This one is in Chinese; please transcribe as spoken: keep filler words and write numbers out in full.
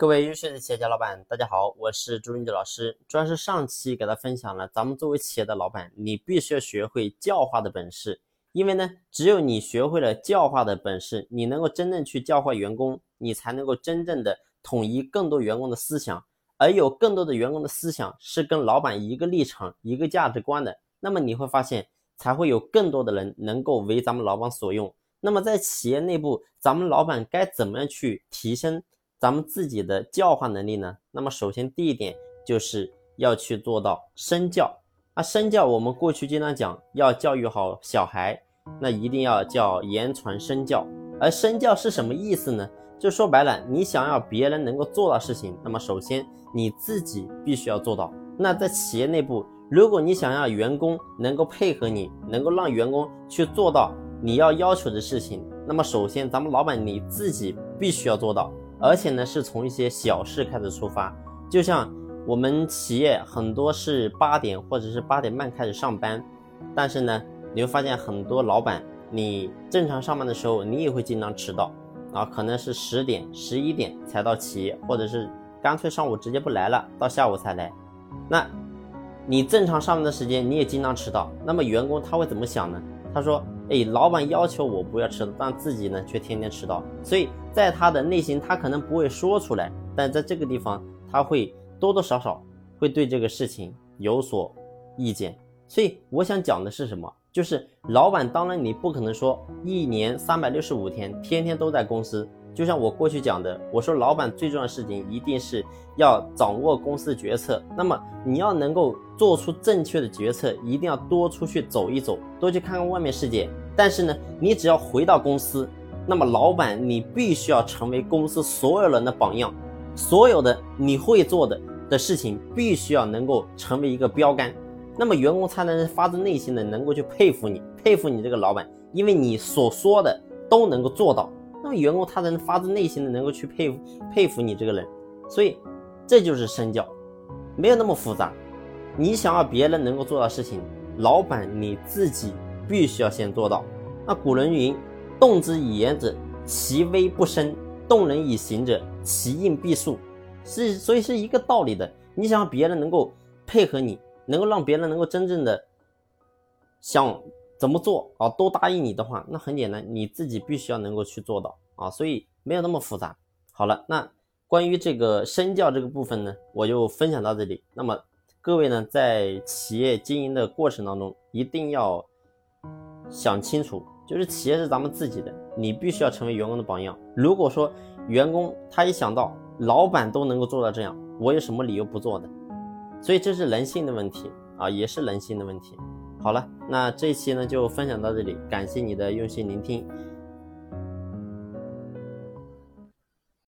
各位优秀的企业家老板，大家好，我是朱云杰老师。主要是上期给他分享了，咱们作为企业的老板，你必须要学会教化的本事。因为呢，只有你学会了教化的本事，你能够真正去教化员工，你才能够真正的统一更多员工的思想。而有更多的员工的思想是跟老板一个立场、一个价值观的，那么你会发现，才会有更多的人能够为咱们老板所用。那么在企业内部，咱们老板该怎么样去提升咱们自己的教化能力呢？那么首先第一点就是要去做到身教啊，身教我们过去经常讲要教育好小孩，那一定要叫言传身教。而身教是什么意思呢？就说白了，你想要别人能够做到事情，那么首先你自己必须要做到。那在企业内部，如果你想要员工能够配合你，能够让员工去做到你要要求的事情，那么首先咱们老板你自己必须要做到，而且呢是从一些小事开始出发。就像我们企业很多是八点或者是八点半开始上班，但是呢你会发现很多老板，你正常上班的时候你也会经常迟到啊，可能是十点十一点才到企业，或者是干脆上午直接不来了，到下午才来。那你正常上班的时间你也经常迟到，那么员工他会怎么想呢？他说哎，老板要求我不要迟到，但自己呢却天天迟到。所以在他的内心他可能不会说出来，但在这个地方他会多多少少会对这个事情有所意见。所以我想讲的是什么？就是老板当然你不可能说一年三百六十五天天天都在公司，就像我过去讲的，我说老板最重要的事情一定是要掌握公司决策，那么你要能够做出正确的决策，一定要多出去走一走，多去看看外面世界。但是呢，你只要回到公司，那么老板你必须要成为公司所有人的榜样，所有的你会做的的事情必须要能够成为一个标杆，那么员工才能发自内心的能够去佩服你，佩服你这个老板，因为你所说的都能够做到，那么员工他能发自内心的能够去佩服佩服你这个人。所以这就是身教，没有那么复杂。你想要别人能够做到事情，老板你自己必须要先做到。那古人云，动之以言者，其威不生；动人以行者，其应必速。是，所以是一个道理的。你想要别人能够配合你，能够让别人能够真正的想怎么做啊，都答应你的话，那很简单，你自己必须要能够去做到啊，所以没有那么复杂。好了，那关于这个身教这个部分呢，我就分享到这里。那么各位呢，在企业经营的过程当中，一定要想清楚，就是企业是咱们自己的，你必须要成为员工的榜样。如果说员工他一想到老板都能够做到这样，我有什么理由不做的？所以这是人性的问题啊，也是人性的问题。好了，那这一期呢就分享到这里，感谢你的用心聆听。